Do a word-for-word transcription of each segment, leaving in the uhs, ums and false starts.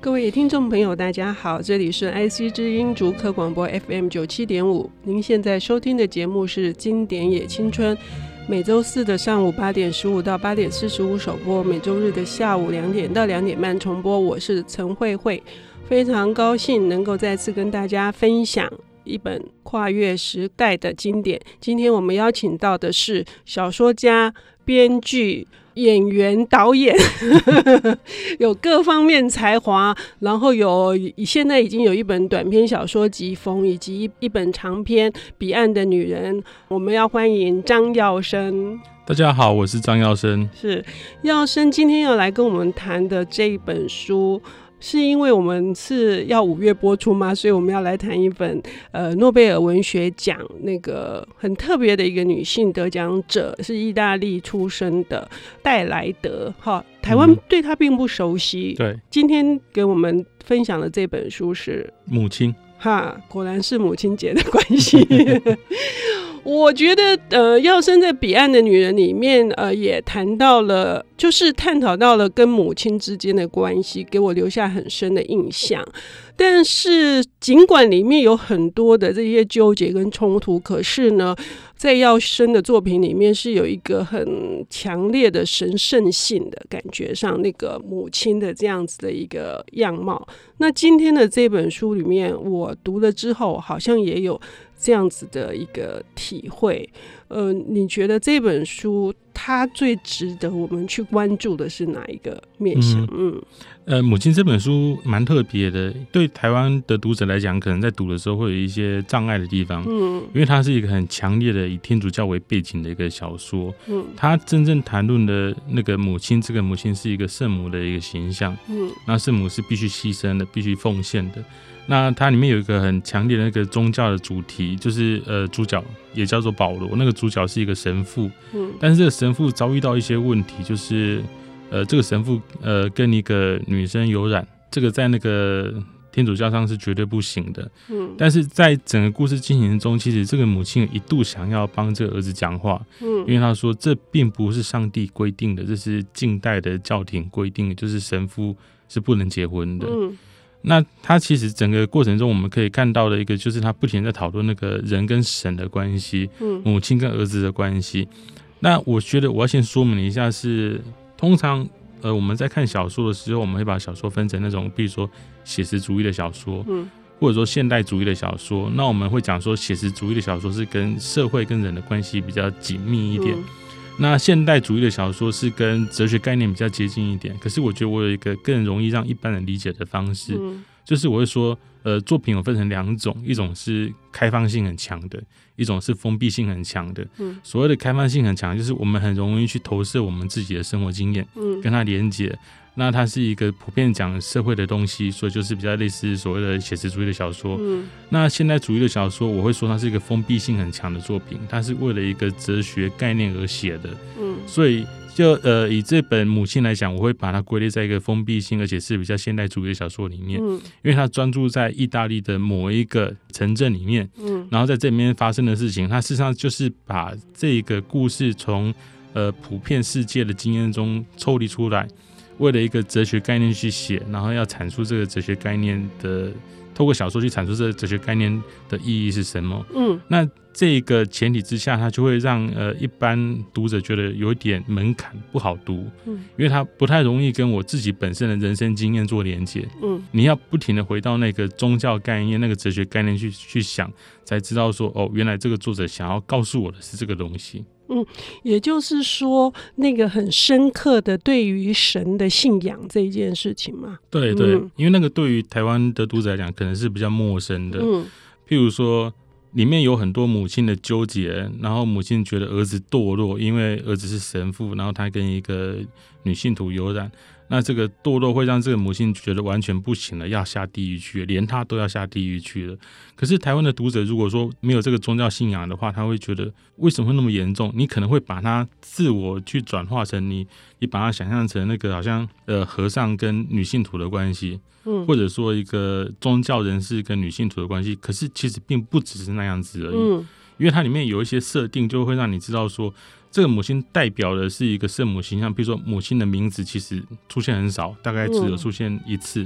各位听众朋友大家好，这里是 I C 之音竹科广播 F M 九十七点五， 您现在收听的节目是经典也青春，每周四的上午八点十五到八点四十五首播，每周日的下午两点到两点半重播。我是陈慧慧，非常高兴能够再次跟大家分享一本跨越时代的经典。今天我们邀请到的是小说家、编剧、演员、导演有各方面才华，然后有现在已经有一本短篇小说集风，以及一本长篇《彼岸的女人》。我们要欢迎张耀升。 大家好，我是张耀升。 是耀升今天要来跟我们谈的这一本书，是因为我们是要五月播出嘛，所以我们要来谈一本呃诺贝尔文学奖那个很特别的一个女性得奖者，是意大利出生的戴莱德。哈，台湾对她并不熟悉。嗯、 对， 今天给我们分享的这本书是母亲。 哈，果然是母亲节的关系。我觉得呃，耀升在《彼岸的女人》里面呃，也谈到了，就是探讨到了跟母亲之间的关系，给我留下很深的印象。但是尽管里面有很多的这些纠结跟冲突，可是呢，在耀升的作品里面是有一个很强烈的神圣性的感觉上，那个母亲的这样子的一个样貌。那今天的这本书里面，我读了之后好像也有这样子的一个体会。呃，你觉得这本书它最值得我们去关注的是哪一个面向？嗯，嗯呃，母亲这本书蛮特别的，对台湾的读者来讲，可能在读的时候会有一些障碍的地方，嗯，因为它是一个很强烈的以天主教为背景的一个小说，嗯，它真正谈论的那个母亲，这个母亲是一个圣母的一个形象，嗯，那圣母是必须牺牲的，必须奉献的。那它里面有一个很强烈的那个宗教的主题，就是呃，主角也叫做保罗，那个主角是一个神父，嗯，但是这个神父遭遇到一些问题，就是呃，这个神父呃跟一个女生有染，这个在那个天主教上是绝对不行的，嗯，但是在整个故事进行中，其实这个母亲一度想要帮这个儿子讲话，嗯，因为他说这并不是上帝规定的，这是近代的教廷规定的，就是神父是不能结婚的，嗯。那他其实整个过程中，我们可以看到的一个，就是他不停在讨论那个人跟神的关系，嗯，母亲跟儿子的关系。那我觉得我要先说明一下是，通常呃我们在看小说的时候，我们会把小说分成那种，比如说写实主义的小说，嗯，或者说现代主义的小说。那我们会讲说，写实主义的小说是跟社会跟人的关系比较紧密一点。嗯，那现代主义的小说是跟哲学概念比较接近一点，可是我觉得我有一个更容易让一般人理解的方式，嗯，就是我会说，呃，作品有分成两种，一种是开放性很强的，一种是封闭性很强的。嗯，所谓的开放性很强，就是我们很容易去投射我们自己的生活经验，嗯，跟它连接。那它是一个普遍讲社会的东西，所以就是比较类似所谓的写实主义的小说。嗯，那现代主义的小说，我会说它是一个封闭性很强的作品，它是为了一个哲学概念而写的。嗯，所以就呃以这本母亲来讲，我会把它归类在一个封闭性而且是比较现代主义的小说里面。嗯，因为它专注在意大利的某一个城镇里面，嗯，然后在这里面发生的事情，它事实上就是把这个故事从呃普遍世界的经验中抽离出来。为了一个哲学概念去写，然后要阐述这个哲学概念的，透过小说去阐述这个哲学概念的意义是什么。嗯，那这个前提之下，它就会让呃一般读者觉得有一点门槛，不好读。嗯，因为它不太容易跟我自己本身的人生经验做连结。嗯，你要不停的回到那个宗教概念、那个哲学概念去去想，才知道说哦，原来这个作者想要告诉我的是这个东西。 嗯，也就是说，那个很深刻的对于神的信仰这一件事情嘛。 对对、嗯，因为那个对于台湾的读者来讲，可能是比较陌生的。嗯，譬如说，里面有很多母亲的纠结，然后母亲觉得儿子堕落，因为儿子是神父，然后他跟一个女信徒有染。那这个堕落会让这个母亲觉得完全不行了，要下地狱去了，连他都要下地狱去了。可是台湾的读者如果说没有这个宗教信仰的话，他会觉得为什么会那么严重？你可能会把它自我去转化成你，你把它想象成那个好像呃和尚跟女信徒的关系，嗯，或者说一个宗教人士跟女信徒的关系。可是其实并不只是那样子而已，嗯，因为它里面有一些设定，就会让你知道说。这个母亲代表的是一个圣母形象，比如说母亲的名字其实出现很少，大概只有出现一次，嗯，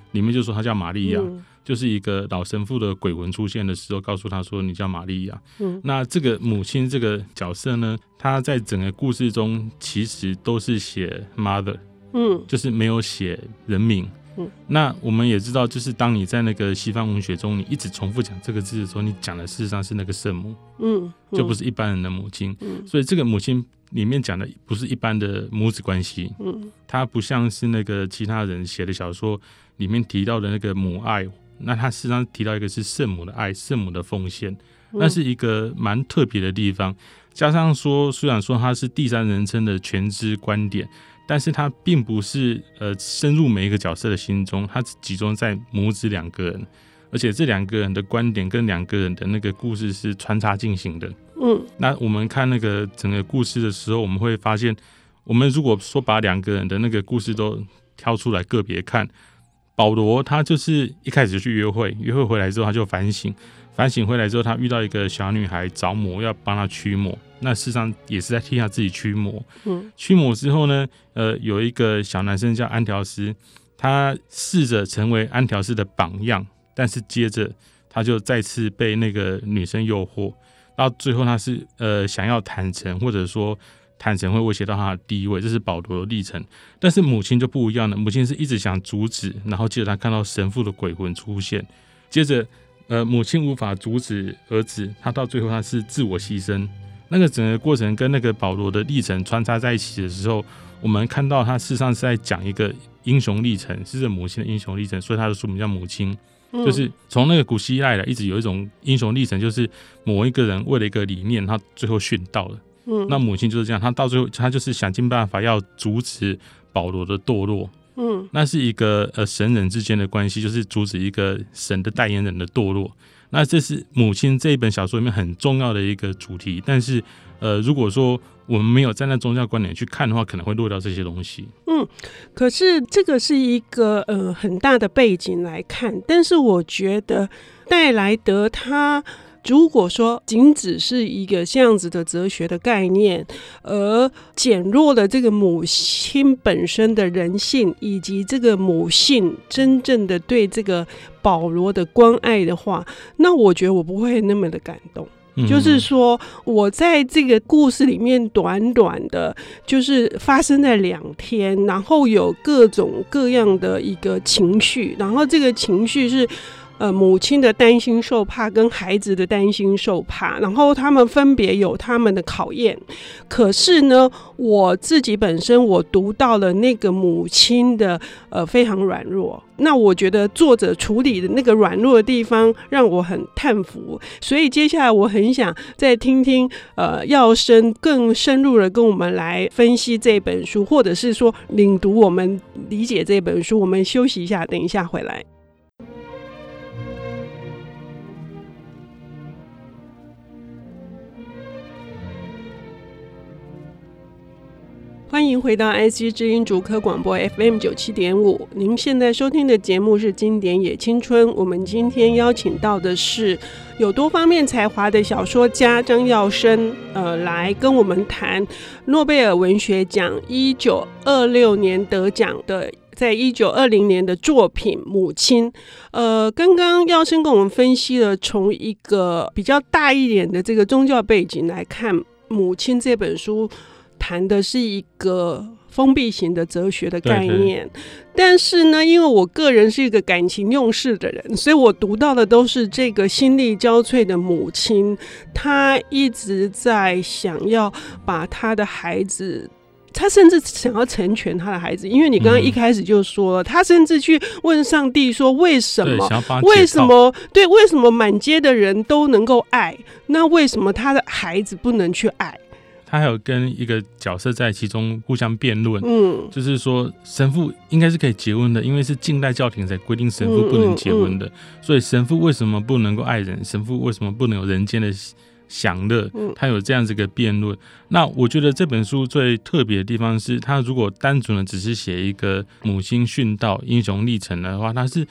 里面就说他叫玛利亚、 嗯， 就是一个老神父的鬼魂出现的时候，告诉他说你叫玛利亚。嗯，那这个母亲这个角色呢，他在整个故事中其实都是写 mother， 嗯，就是没有写人名。嗯，那我们也知道，就是当你在那个西方文学中，你一直重复讲这个字的时候，你讲的事实上是那个圣母，嗯，就不是一般人的母亲。嗯，所以这个母亲里面讲的不是一般的母子关系，嗯，它不像是那个其他人写的小说里面提到的那个母爱，那它事实上提到一个是圣母的爱，圣母的奉献，那是一个蛮特别的地方。加上说，虽然说它是第三人称的全知观点，但是它并不是呃深入每一个角色的心中，它只集中在母子两个人，而且这两个人的观点跟两个人的那个故事是穿插进行的。嗯，那我们看那个整个故事的时候，我们会发现，我们如果说把两个人的那个故事都挑出来个别看，保罗他就是一开始就去约会，约会回来之后他就反省，反省回来之后他遇到一个小女孩着魔，要帮他驱魔，那事实上也是在替他自己驱魔。嗯，驱魔之后呢，呃，有一个小男生叫安条斯，他试着成为安条斯的榜样，但是接着他就再次被那个女生诱惑，到最后他是呃想要坦诚，或者说坦诚会威胁到他的地位，这是保罗的历程。但是母亲就不一样了，母亲是一直想阻止，然后接着他看到神父的鬼魂出现，接着呃母亲无法阻止儿子，他到最后他是自我牺牲。那个整个过程跟那个保罗的历程穿插在一起的时候，我们看到他事实上是在讲一个英雄历程，是这母亲的英雄历程，所以他的书名叫母亲。就是从那个古希腊来一直有一种英雄历程，就是某一个人为了一个理念，他最后殉道了。嗯，那母亲就是这样，他到最后他就是想尽办法要阻止保罗的堕落。嗯，那是一个呃神人之间的关系，就是阻止一个神的代言人的堕落。那这是母亲这一本小说里面很重要的一个主题，但是呃，如果说我们没有站在宗教观点去看的话，可能会落掉这些东西。 嗯，可是这个是一个呃很大的背景来看，但是我觉得戴莱德他如果说仅只是一个这样子的哲学的概念，而减弱了这个母亲本身的人性，以及这个母性真正的对这个保罗的关爱的话，那我觉得我不会那么的感动。就是说我在这个故事里面短短的就是发生在两天，然后有各种各样的一个情绪，然后这个情绪是呃，母亲的担心受怕跟孩子的担心受怕，然后他们分别有他们的考验。可是呢，我自己本身我读到了那个母亲的呃非常软弱，那我觉得作者处理的那个软弱的地方让我很叹服，所以接下来我很想再听听呃耀生更深入的跟我们来分析这本书，或者是说领读我们理解这本书。我们休息一下，等一下回来。欢迎回到 I C 之音竹科广播 F M 九十七点五， 您现在收听的节目是经典也青春。我们今天邀请到的是有多方面才华的小说家张耀生，呃，来跟我们谈诺贝尔文学奖一九二六年得奖的在一九二零年的作品《母亲》。呃，刚刚耀生跟我们分析了从一个比较大一点的这个宗教背景来看，《母亲》这本书谈的是一个封闭型的哲学的概念，对对，但是呢，因为我个人是一个感情用事的人，所以我读到的都是这个心力交瘁的母亲，她一直在想要把她的孩子，他甚至想要成全他的孩子，因为你刚刚一开始就说了，嗯、他甚至去问上帝说：“为什么？为什么？对，为什么满街的人都能够爱，那为什么他的孩子不能去爱？” 他还有跟一个角色在其中互相辩论，嗯，就是说神父应该是可以结婚的，因为是近代教廷才规定神父不能结婚的，嗯嗯嗯、所以神父为什么不能够爱人？神父为什么不能有人间的享乐？他有这样子一个辩论。那我觉得这本书最特别的地方是，他如果单纯的只是写一个母亲殉道英雄历程的话，他是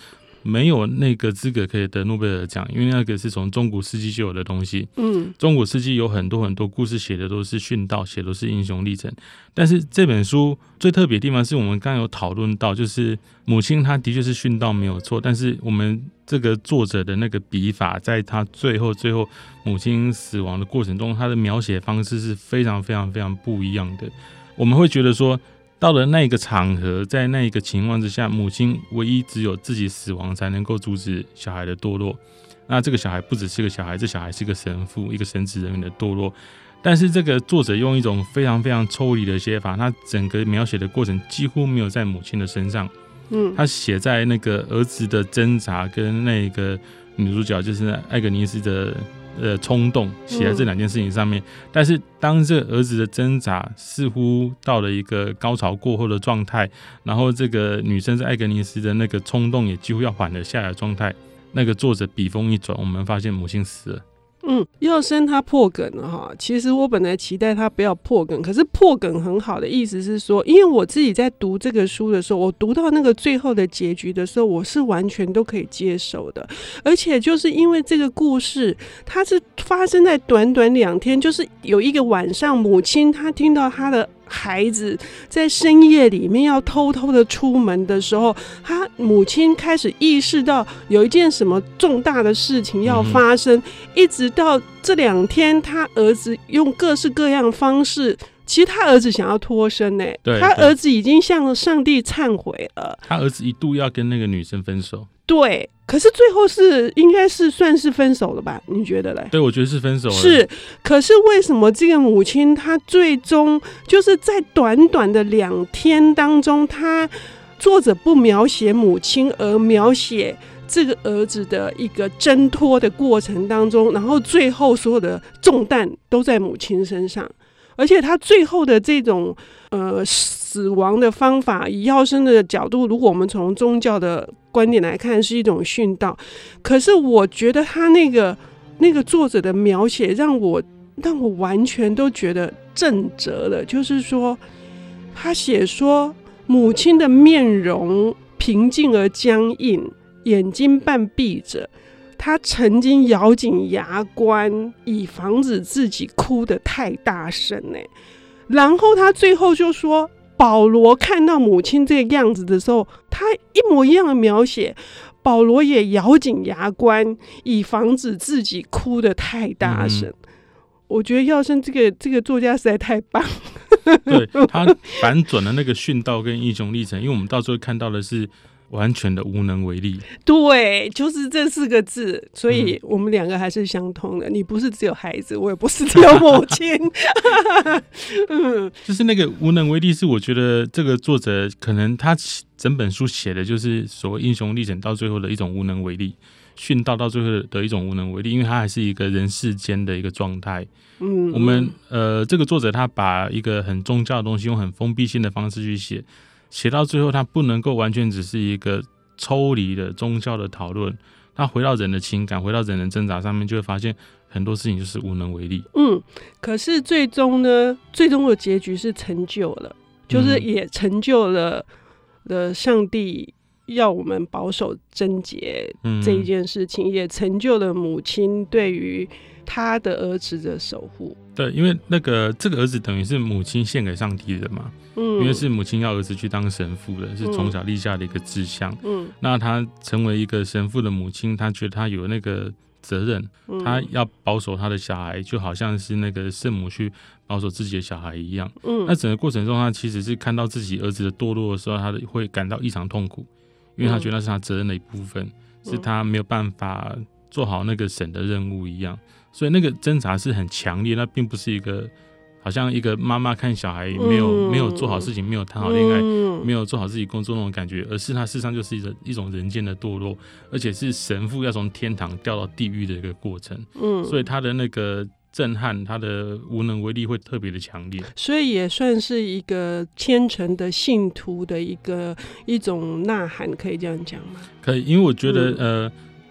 没有那个资格可以得诺贝尔奖，因为那个是从中古世纪就有的东西。 嗯， 中古世纪有很多很多故事写的都是殉道，写的都是英雄历程。但是这本书最特别的地方是我们刚刚有讨论到，就是母亲她的确是殉道没有错，但是我们这个作者的那个笔法，在他最后最后母亲死亡的过程中，他的描写方式是非常非常非常不一样的。我们会觉得说，到了那个场合，在那个情况之下，母亲唯一只有自己死亡才能够阻止小孩的堕落。那这个小孩不只是个小孩，这小孩是个神父，一个神职人员的堕落。但是这个作者用一种非常非常抽离的写法，他整个描写的过程几乎没有在母亲的身上，嗯，他写在那个儿子的挣扎跟那个女主角就是艾格尼斯的呃冲动，写在这两件事情上面。嗯、但是当这个儿子的挣扎似乎到了一个高潮过后的状态，然后这个女生在艾格尼斯的那个冲动也几乎要缓了下来的状态，那个作者笔锋一转，我们发现母亲死了。 嗯，耀生他破梗了哈。其实我本来期待他不要破梗，可是破梗很好的意思是说，因为我自己在读这个书的时候，我读到那个最后的结局的时候，我是完全都可以接受的。而且就是因为这个故事，它是发生在短短两天，就是有一个晚上，母亲她听到她的孩子在深夜里面要偷偷的出门的时候，他母亲开始意识到有一件什么重大的事情要发生，嗯、一直到这两天他儿子用各式各样的方式，其实他儿子想要脱身、欸、他儿子已经向上帝忏悔了， 他儿子一度要跟那个女生分手， 对，可是最后是应该是算是分手了吧？你觉得嘞？ 对，我觉得是分手了。 是，可是为什么这个母亲她最终就是在短短的两天当中，她作者不描写母亲，而描写这个儿子的一个挣脱的过程当中，然后最后所有的重担都在母亲身上，而且他最后的这种呃死亡的方法，以耀生的角度，如果我们从宗教的观点来看，是一种殉道。可是我觉得他那个那个作者的描写，让我让我完全都觉得震折了。就是说，他写说母亲的面容平静而僵硬，眼睛半闭着。他曾经咬紧牙关，以防止自己哭得太大声、欸、然后他最后就说，保罗看到母亲这个样子的时候，他一模一样的描写，保罗也咬紧牙关，以防止自己哭得太大声。嗯、我觉得耀生这个这个作家实在太棒。 对，他反转了那个殉道跟英雄历程，因为我们到最后看到的是完全的无能为力。对， 就是这四个字，所以我们两个还是相通的。嗯、你不是只有孩子，我也不是只有母亲。 嗯，就是那个无能为力，是我觉得这个作者可能他整本书写的就是所谓英雄历程到最后的一种无能为力，殉道到最后的一种无能为力，因为他还是一个人世间的一个状态。嗯，我们呃，这个作者他把一个很宗教的东西用很封闭性的方式去写。写到最后，他不能够完全只是一个抽离的宗教的讨论，他回到人的情感，回到人的挣扎上面，就会发现很多事情就是无能为力。 嗯，可是最终呢，最终的结局是成就了，就是也成就了了上帝要我们保守贞洁这一件事情，嗯、也成就了母亲对于他的儿子的守护。 对，因为那个这个儿子等于是母亲献给上帝的嘛，嗯，因为是母亲要儿子去当神父的，是从小立下的一个志向。嗯，那他成为一个神父的母亲，他觉得他有那个责任，嗯、他要保守他的小孩，就好像是那个圣母去保守自己的小孩一样。嗯，那整个过程中，他其实是看到自己儿子的堕落的时候，他会感到异常痛苦，因为他觉得那是他责任的一部分，嗯、是他没有办法做好那个神的任务一样。所以那个挣扎是很强烈，那并不是一个好像一个妈妈看小孩没有、嗯、没有做好事情，没有谈好恋爱、嗯、没有做好自己工作那种感觉，而是它事实上就是一种一种人间的堕落，而且是神父要从天堂掉到地狱的一个过程。嗯，所以他的那个震撼，他的无能为力会特别的强烈， 所以也算是一个虔诚的信徒的一个一种呐喊，可以这样讲吗？ 可以，因为我觉得、嗯、呃。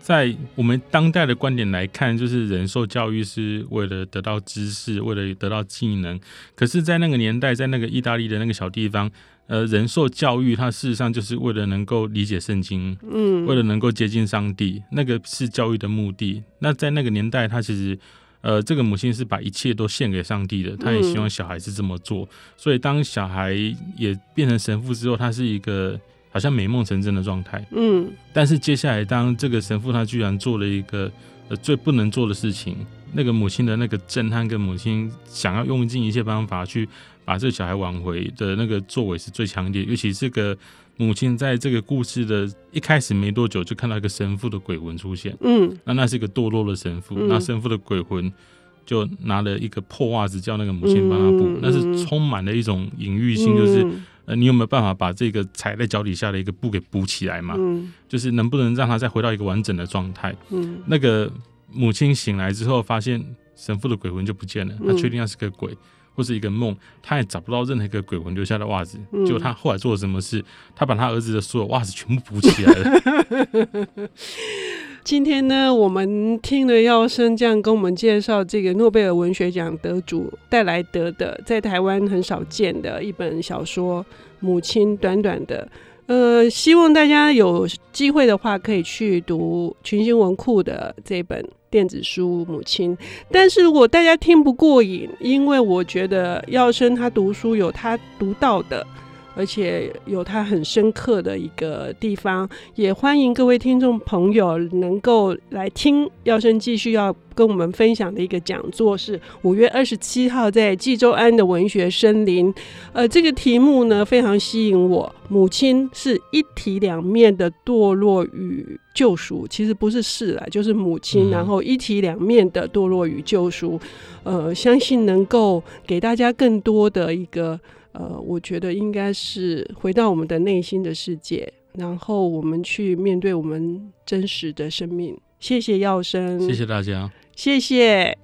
在我们当代的观点来看，就是人受教育是为了得到知识，为了得到技能。可是，在那个年代，在那个意大利的那个小地方，呃，人受教育，它事实上就是为了能够理解圣经，嗯，为了能够接近上帝，那个是教育的目的。那在那个年代，他其实，呃，这个母亲是把一切都献给上帝的，他也希望小孩是这么做。所以，当小孩也变成神父之后，他是一个好像美梦成真的状态，嗯，但是接下来当这个神父他居然做了一个呃最不能做的事情，那个母亲的那个震撼跟母亲想要用尽一切办法去把这个小孩挽回的那个作为是最强烈，尤其这个母亲在这个故事的一开始没多久就看到一个神父的鬼魂出现，嗯，那那是一个堕落的神父，嗯，那神父的鬼魂就拿了一个破袜子叫那个母亲帮他补，嗯，那是充满了一种隐喻性，就是。呃，你有没有办法把这个踩在脚底下的一个布给补起来嘛？嗯，就是能不能让他再回到一个完整的状态？嗯，那个母亲醒来之后，发现神父的鬼魂就不见了，他确定那是个鬼或是一个梦，他也找不到任何一个鬼魂留下的袜子。嗯，结果他后来做了什么事？他把他儿子的所有袜子全部补起来了。 今天呢，我们听了耀生这样跟我们介绍这个诺贝尔文学奖得主戴莱德的在台湾很少见的一本小说《母亲》，短短的，呃，希望大家有机会的话可以去读群星文库的这本电子书《母亲》。但是如果大家听不过瘾，因为我觉得耀生他读书有他独到的，而且有它很深刻的一个地方，也欢迎各位听众朋友能够来听耀生继续要跟我们分享的一个讲座，是五月二十七号在济州安的文学森林。呃，这个题目呢非常吸引我，母亲是一体两面的堕落与救赎，其实不是是啦，就是母亲，然后一体两面的堕落与救赎。呃，相信能够给大家更多的一个。呃，我觉得应该是回到我们的内心的世界，然后我们去面对我们真实的生命。谢谢耀生， 谢谢大家， 谢谢。